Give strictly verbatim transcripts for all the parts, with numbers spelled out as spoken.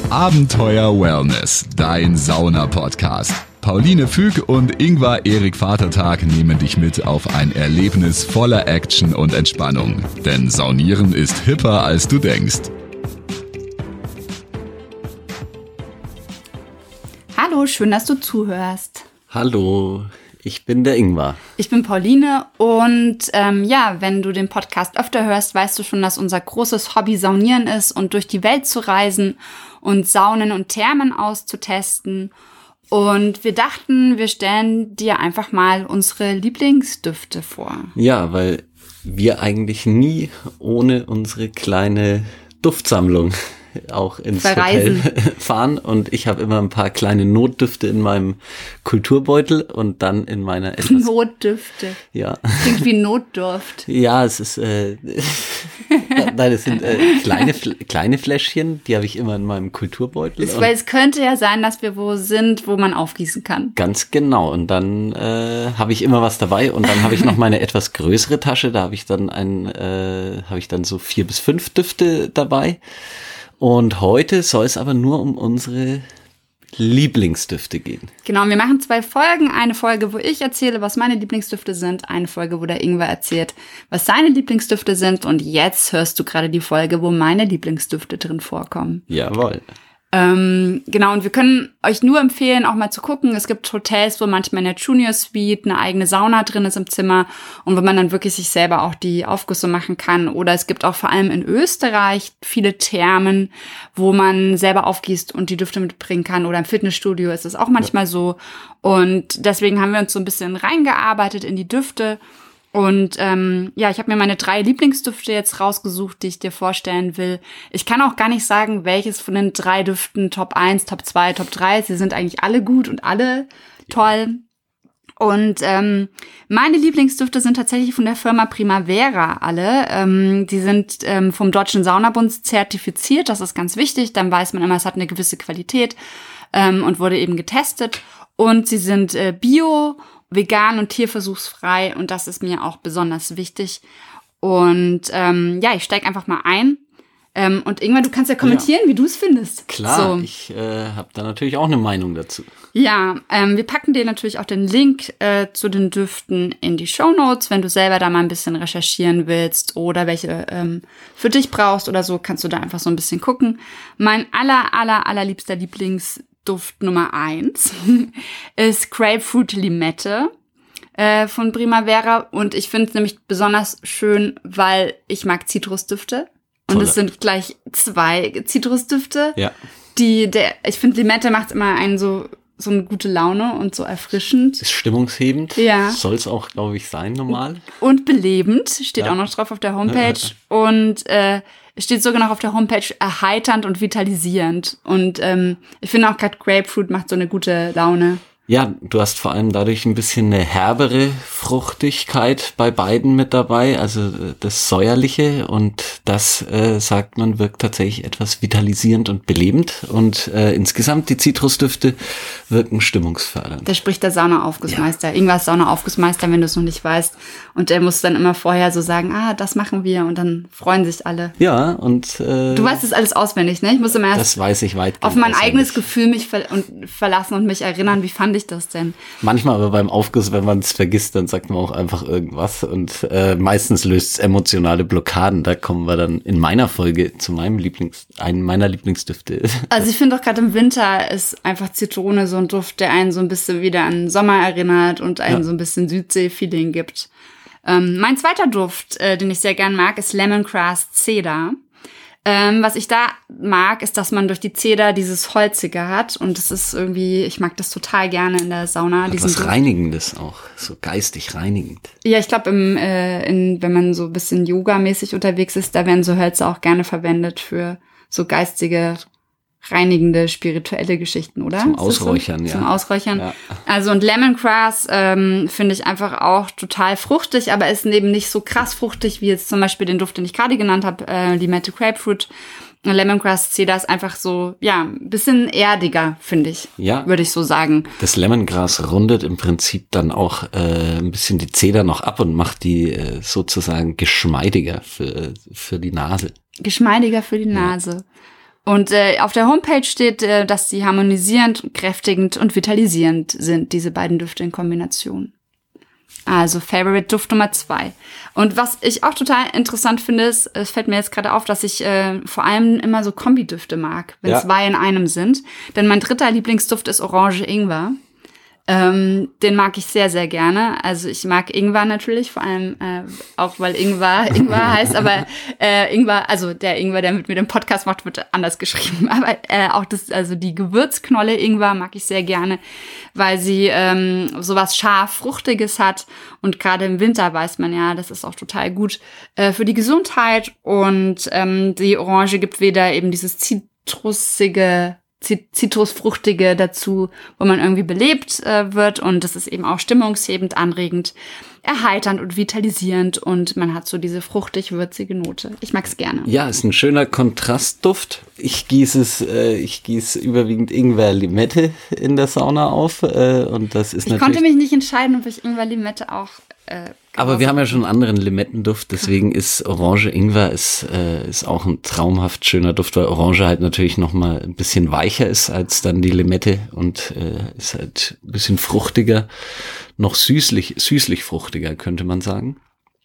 Abenteuer Wellness, dein Sauna-Podcast. Pauline Füg und Ingvar Erik Vatertag nehmen dich mit auf ein Erlebnis voller Action und Entspannung. Denn Saunieren ist hipper, als du denkst. Hallo, schön, dass du zuhörst. Hallo, ich bin der Ingvar. Ich bin Pauline und ähm, ja, wenn du den Podcast öfter hörst, weißt du schon, dass unser großes Hobby Saunieren ist und durch die Welt zu reisen und Saunen und Thermen auszutesten. Und wir dachten, wir stellen dir einfach mal unsere Lieblingsdüfte vor. Ja, weil wir eigentlich nie ohne unsere kleine Duftsammlung auch ins Verreisen. Hotel fahren. Und ich habe immer ein paar kleine Notdüfte in meinem Kulturbeutel und dann in meiner etwas... Notdüfte. Ja. Das klingt wie Notdurft. Ja, es ist... Äh, nein, es sind äh, kleine, kleine Fläschchen, die habe ich immer in meinem Kulturbeutel. Ist, weil es könnte ja sein, dass wir wo sind, wo man aufgießen kann. Ganz genau. Und dann äh, habe ich immer was dabei und dann habe ich noch meine etwas größere Tasche. Da habe ich dann ein, äh, habe ich dann so vier bis fünf Düfte dabei. Und heute soll es aber nur um unsere Lieblingsdüfte gehen. Genau, wir machen zwei Folgen. Eine Folge, wo ich erzähle, was meine Lieblingsdüfte sind. Eine Folge, wo der Ingvar erzählt, was seine Lieblingsdüfte sind. Und jetzt hörst du gerade die Folge, wo meine Lieblingsdüfte drin vorkommen. Jawohl. Ähm, genau, und wir können euch nur empfehlen, auch mal zu gucken. Es gibt Hotels, wo manchmal in der Junior Suite eine eigene Sauna drin ist im Zimmer und wo man dann wirklich sich selber auch die Aufgüsse machen kann. Oder es gibt auch vor allem in Österreich viele Thermen, wo man selber aufgießt und die Düfte mitbringen kann. Oder im Fitnessstudio ist es auch manchmal ja. so. Und deswegen haben wir uns so ein bisschen reingearbeitet in die Düfte. Und ähm, ja, ich habe mir meine drei Lieblingsdüfte jetzt rausgesucht, die ich dir vorstellen will. Ich kann auch gar nicht sagen, welches von den drei Düften Top eins, Top zwei, Top drei ist. Sie sind eigentlich alle gut und alle toll. Und ähm, meine Lieblingsdüfte sind tatsächlich von der Firma Primavera alle. Ähm, die sind ähm, vom Deutschen Saunabund zertifiziert, das ist ganz wichtig. Dann weiß man immer, es hat eine gewisse Qualität ähm, und wurde eben getestet. Und sie sind äh, bio, vegan und tierversuchsfrei und das ist mir auch besonders wichtig. Und ähm, ja, ich steige einfach mal ein. Ähm, und Ingvar, du kannst ja kommentieren, ja. wie du es findest. Klar, so. ich äh, habe da natürlich auch eine Meinung dazu. Ja, ähm, wir packen dir natürlich auch den Link äh, zu den Düften in die Shownotes. Wenn du selber da mal ein bisschen recherchieren willst oder welche ähm, für dich brauchst oder so, kannst du da einfach so ein bisschen gucken. Mein aller, aller, allerliebster Lieblings Duft Nummer eins ist Grapefruit Limette äh, von Primavera und ich finde es nämlich besonders schön, weil ich mag Zitrusdüfte und Tolle. Es sind gleich zwei Zitrusdüfte. Ja. Die der ich finde Limette macht immer einen so so eine gute Laune und so erfrischend. Ist stimmungshebend. Ja. Soll es auch, glaube ich, sein normal. Und belebend, steht ja. auch noch drauf auf der Homepage. und äh, steht sogar noch auf der Homepage erheiternd und vitalisierend. Und ähm, ich finde auch gerade Grapefruit macht so eine gute Laune. Ja, du hast vor allem dadurch ein bisschen eine herbere Fruchtigkeit bei beiden mit dabei, also das Säuerliche und das, äh, sagt man, wirkt tatsächlich etwas vitalisierend und belebend und äh, insgesamt die Zitrusdüfte wirken stimmungsfördernd. Da spricht der Saunaaufgussmeister, ja. Ingvar ist Saunaaufgussmeister, wenn du es noch nicht weißt und der muss dann immer vorher so sagen, ah, das machen wir und dann freuen sich alle. Ja, und äh, du weißt das alles auswendig, ne? Ich muss immer erst das weiß ich weitgehend auf mein auswendig. eigenes Gefühl mich ver- und verlassen und mich erinnern, wie fand ich das denn? Manchmal aber beim Aufguss, wenn man es vergisst, dann sagt man auch einfach irgendwas und äh, meistens löst es emotionale Blockaden. Da kommen wir dann in meiner Folge zu meinem Lieblings, einem meiner Lieblingsdüfte. Also ich finde auch gerade im Winter ist einfach Zitrone so ein Duft, der einen so ein bisschen wieder an Sommer erinnert und einen ja. so ein bisschen Südsee-Feeling gibt. Ähm, mein zweiter Duft, äh, den ich sehr gern mag, ist Lemongrass Cedar. Ähm, was ich da mag, ist, dass man durch die Zeder dieses Holzige hat und das ist irgendwie, ich mag das total gerne in der Sauna. Hat diesen was Duft. Reinigendes auch, so geistig reinigend. Ja, ich glaube, im äh, in, wenn man so ein bisschen Yoga-mäßig unterwegs ist, da werden so Hölzer auch gerne verwendet für so geistige, reinigende, spirituelle Geschichten, oder? Zum Ausräuchern, so? ja. Zum Ausräuchern. Ja. Also und Lemongrass ähm, finde ich einfach auch total fruchtig, aber ist eben nicht so krass fruchtig wie jetzt zum Beispiel den Duft, den ich gerade genannt habe, äh, Limette Grapefruit. Lemongrass Cedar ist einfach so, ja, ein bisschen erdiger, finde ich, ja, würde ich so sagen. Das Lemongras rundet im Prinzip dann auch äh, ein bisschen die Zeder noch ab und macht die äh, sozusagen geschmeidiger für, für die Nase. Geschmeidiger für die Nase. Ja. Und äh, auf der Homepage steht, äh, dass sie harmonisierend, kräftigend und vitalisierend sind, diese beiden Düfte in Kombination. Also Favorite Duft Nummer zwei. Und was ich auch total interessant finde, ist, es fällt mir jetzt gerade auf, dass ich äh, vor allem immer so Kombidüfte mag, wenn ja. zwei in einem sind. Denn mein dritter Lieblingsduft ist Orange Ingwer. Ähm, den mag ich sehr, sehr gerne. Also ich mag Ingwer natürlich, vor allem äh, auch, weil Ingwer Ingwer heißt, aber äh, Ingwer, also der Ingwer, der mit mir den Podcast macht, wird anders geschrieben. Aber äh, auch das, also die Gewürzknolle Ingwer mag ich sehr gerne, weil sie ähm, sowas scharf-fruchtiges hat. Und gerade im Winter weiß man ja, das ist auch total gut äh, für die Gesundheit. Und ähm, die Orange gibt weder eben dieses zitrusige Zitrusfruchtige dazu, wo man irgendwie belebt äh, wird, und das ist eben auch stimmungshebend, anregend, erheiternd und vitalisierend, und man hat so diese fruchtig-würzige Note. Ich mag's gerne. Ja, ist ein schöner Kontrastduft. Ich gieße es, äh, ich gieße überwiegend Ingwer-Limette in der Sauna auf, äh, und das ist ich natürlich. Ich konnte mich nicht entscheiden, ob ich Ingwer-Limette auch äh, Aber wir haben ja schon einen anderen Limettenduft, deswegen ist Orange Ingwer ist, äh, ist auch ein traumhaft schöner Duft, weil Orange halt natürlich noch mal ein bisschen weicher ist als dann die Limette und äh, ist halt ein bisschen fruchtiger, noch süßlich, süßlich fruchtiger, könnte man sagen.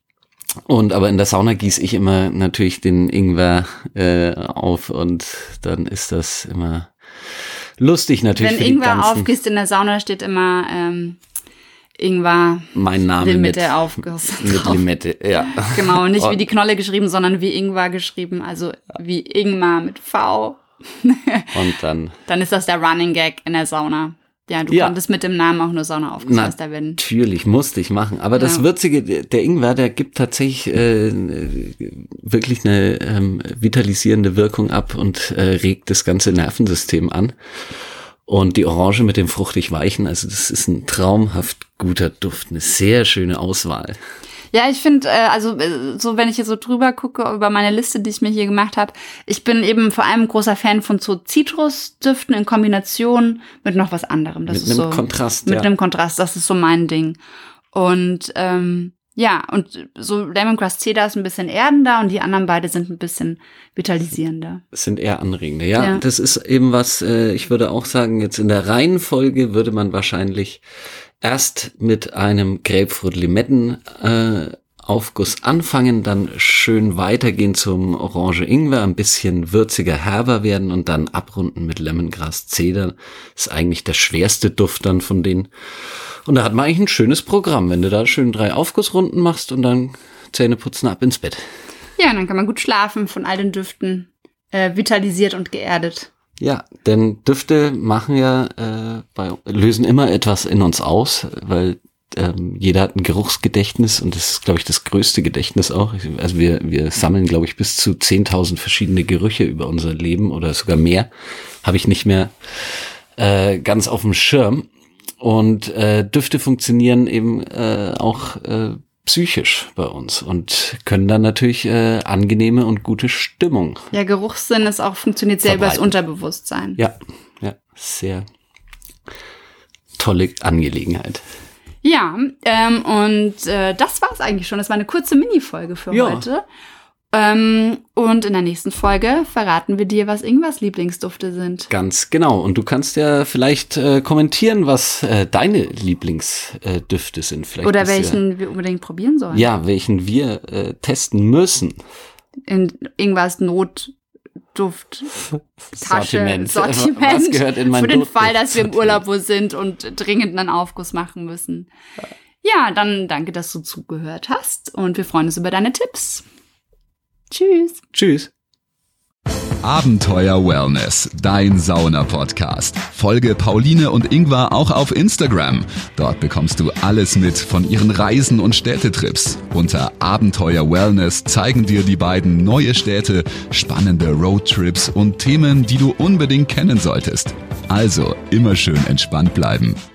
Und aber in der Sauna gieße ich immer natürlich den Ingwer äh, auf, und dann ist das immer lustig natürlich. Wenn für die Ingwer ganzen aufgießt in der Sauna, steht immer ähm Ingwer, mein Name Limette mit, aufgegossen. mit Limette, ja. Genau, nicht wie die Knolle geschrieben, sondern wie Ingwer geschrieben, also wie Ingmar mit V. Und dann Dann ist das der Running Gag in der Sauna. Ja, du ja. konntest mit dem Namen auch nur Saunaufgeister werden. Natürlich, musste ich machen. Aber das ja. Würzige, der Ingwer, der gibt tatsächlich äh, wirklich eine ähm, vitalisierende Wirkung ab und äh, regt das ganze Nervensystem an. Und die Orange mit dem fruchtig weichen, also das ist ein traumhaft guter Duft, eine sehr schöne Auswahl. Ja, ich finde, äh, also so wenn ich jetzt so drüber gucke über meine Liste, die ich mir hier gemacht habe, ich bin eben vor allem ein großer Fan von so Zitrusdüften in Kombination mit noch was anderem. Das mit ist einem so, Kontrast, Mit ja. einem Kontrast, das ist so mein Ding. Und ähm, ja, und so Lemongrass Cedar ist ein bisschen erdender und die anderen beide sind ein bisschen vitalisierender. Sind eher anregender, ja. ja. Das ist eben was, äh, ich würde auch sagen, jetzt in der Reihenfolge würde man wahrscheinlich erst mit einem Grapefruit-Limetten-Aufguss äh, anfangen, dann schön weitergehen zum Orange-Ingwer, ein bisschen würziger, herber werden und dann abrunden mit Lemongrass Cedar. Das ist eigentlich der schwerste Duft dann von denen. Und da hat man eigentlich ein schönes Programm, wenn du da schön drei Aufgussrunden machst und dann Zähne putzen, ab ins Bett. Ja, dann kann man gut schlafen von all den Düften, äh, vitalisiert und geerdet. Ja, denn Düfte machen ja, äh, bei, lösen immer etwas in uns aus, weil ähm, jeder hat ein Geruchsgedächtnis und das ist, glaube ich, das größte Gedächtnis auch. Also wir, wir sammeln, glaube ich, bis zu zehntausend verschiedene Gerüche über unser Leben oder sogar mehr. Habe ich nicht mehr äh, ganz auf dem Schirm. Und äh, Düfte funktionieren eben äh, auch äh, psychisch bei uns und können dann natürlich äh, angenehme und gute Stimmung. Ja, Geruchssinn ist auch, funktioniert sehr über das Unterbewusstsein. Ja, ja, sehr tolle Angelegenheit. Ja, ähm, und äh, das war's eigentlich schon. Das war eine kurze Mini-Folge für ja. heute. Ähm, und in der nächsten Folge verraten wir dir, was Ingwers Lieblingsdufte sind. Ganz genau. Und du kannst ja vielleicht äh, kommentieren, was äh, deine Lieblingsdüfte äh, sind. Vielleicht Oder welchen ja, wir unbedingt probieren sollen. Ja, welchen wir äh, testen müssen. In Ingwers Notduft. Sortiment. Sortiment. Was gehört in mein Für den Notduft? Fall, dass wir im Urlaub wo sind und dringend einen Aufguss machen müssen. Ja, dann danke, dass du zugehört hast. Und wir freuen uns über deine Tipps. Tschüss. Tschüss. Abenteuer Wellness, dein Sauna-Podcast. Folge Pauline und Ingwer auch auf Instagram. Dort bekommst du alles mit von ihren Reisen und Städtetrips. Unter Abenteuer Wellness zeigen dir die beiden neue Städte, spannende Roadtrips und Themen, die du unbedingt kennen solltest. Also immer schön entspannt bleiben.